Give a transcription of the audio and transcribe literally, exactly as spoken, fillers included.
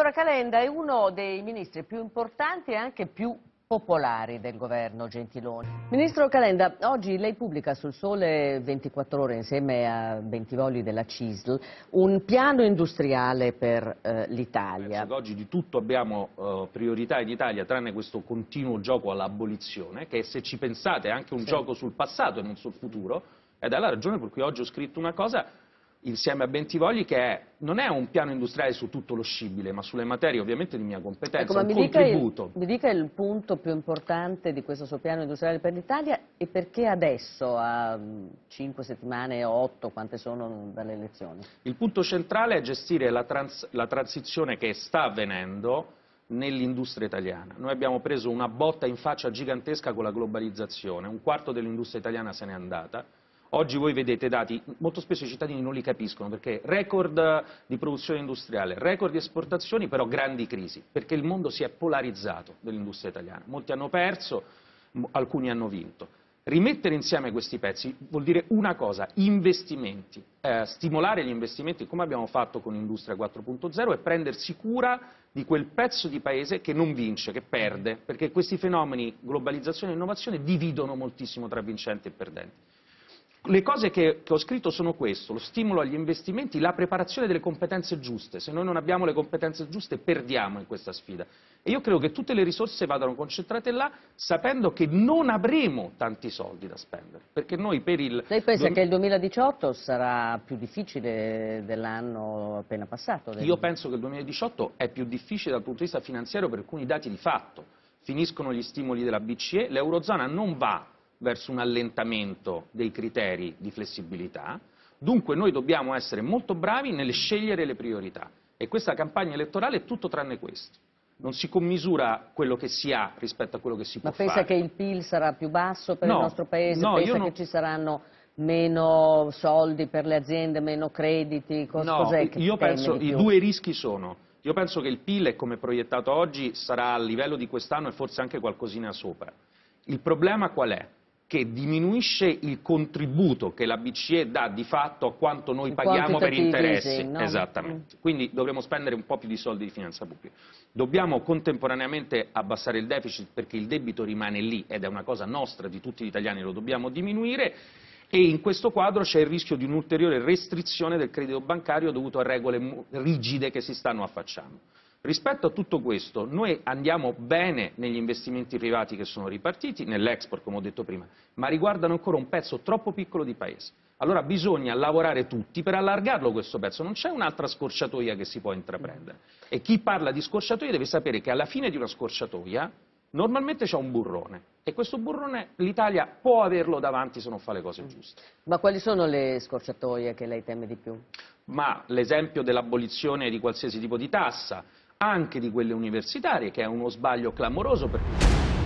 Ministro Calenda è uno dei ministri più importanti e anche più popolari del governo Gentiloni. Ministro Calenda, oggi lei pubblica sul Sole ventiquattro Ore insieme a Bentivogli della C I S L un piano industriale per eh, l'Italia. Oggi di tutto abbiamo uh, priorità in Italia tranne questo continuo gioco all'abolizione, che se ci pensate è anche un sì. gioco sul passato e non sul futuro, ed è la ragione per cui oggi ho scritto una cosa insieme a Bentivogli che è, non è un piano industriale su tutto lo scibile, ma sulle materie ovviamente di mia competenza, ecco, ma un mi contributo. Dica il, mi dica il punto più importante di questo suo piano industriale per l'Italia e perché adesso, a cinque settimane o otto, quante sono dalle elezioni? Il punto centrale è gestire la, trans, la transizione che sta avvenendo nell'industria italiana. Noi abbiamo preso una botta in faccia gigantesca con la globalizzazione, un quarto dell'industria italiana se n'è andata. Oggi voi vedete dati, molto spesso i cittadini non li capiscono perché record di produzione industriale, record di esportazioni, però grandi crisi, perché il mondo si è polarizzato dell'industria italiana. Molti hanno perso, alcuni hanno vinto. Rimettere insieme questi pezzi vuol dire una cosa, investimenti, eh, stimolare gli investimenti come abbiamo fatto con Industria quattro punto zero e prendersi cura di quel pezzo di paese che non vince, che perde, perché questi fenomeni, globalizzazione e innovazione, dividono moltissimo tra vincenti e perdenti. Le cose che, che ho scritto sono questo, lo stimolo agli investimenti, la preparazione delle competenze giuste. Se noi non abbiamo le competenze giuste perdiamo in questa sfida. E io credo che tutte le risorse vadano concentrate là, sapendo che non avremo tanti soldi da spendere. Perché noi per il... Lei pensa che il duemiladiciotto sarà più difficile dell'anno appena passato? Io penso che il duemiladiciotto è più difficile dal punto di vista finanziario per alcuni dati di fatto. Finiscono gli stimoli della B C E, l'Eurozona non va verso un allentamento dei criteri di flessibilità, dunque noi dobbiamo essere molto bravi nelle scegliere le priorità e questa campagna elettorale è tutto tranne questo. Non si commisura quello che si ha rispetto a quello che si può fare. Ma pensa che il P I L sarà più basso per no, il nostro Paese? No, pensa non... che ci saranno meno soldi per le aziende, meno crediti? Cos no, cos'è che io penso di più? I due rischi sono, io penso che il P I L, come proiettato oggi, sarà a livello di quest'anno e forse anche qualcosina sopra. Il problema qual è? Che diminuisce il contributo che la B C E dà di fatto a quanto noi paghiamo per interessi. No? Esattamente. Quindi dovremo spendere un po' più di soldi di finanza pubblica. Dobbiamo contemporaneamente abbassare il deficit perché il debito rimane lì ed è una cosa nostra, di tutti gli italiani, lo dobbiamo diminuire e in questo quadro c'è il rischio di un'ulteriore restrizione del credito bancario dovuto a regole rigide che si stanno affacciando. Rispetto a tutto questo, noi andiamo bene negli investimenti privati che sono ripartiti, nell'export come ho detto prima, ma riguardano ancora un pezzo troppo piccolo di paese. Allora bisogna lavorare tutti per allargarlo questo pezzo, non c'è un'altra scorciatoia che si può intraprendere. E chi parla di scorciatoia deve sapere che alla fine di una scorciatoia normalmente c'è un burrone e questo burrone l'Italia può averlo davanti se non fa le cose giuste. Ma quali sono le scorciatoie che lei teme di più? Ma l'esempio dell'abolizione di qualsiasi tipo di tassa, anche di quelle universitarie, che è uno sbaglio clamoroso per tutti.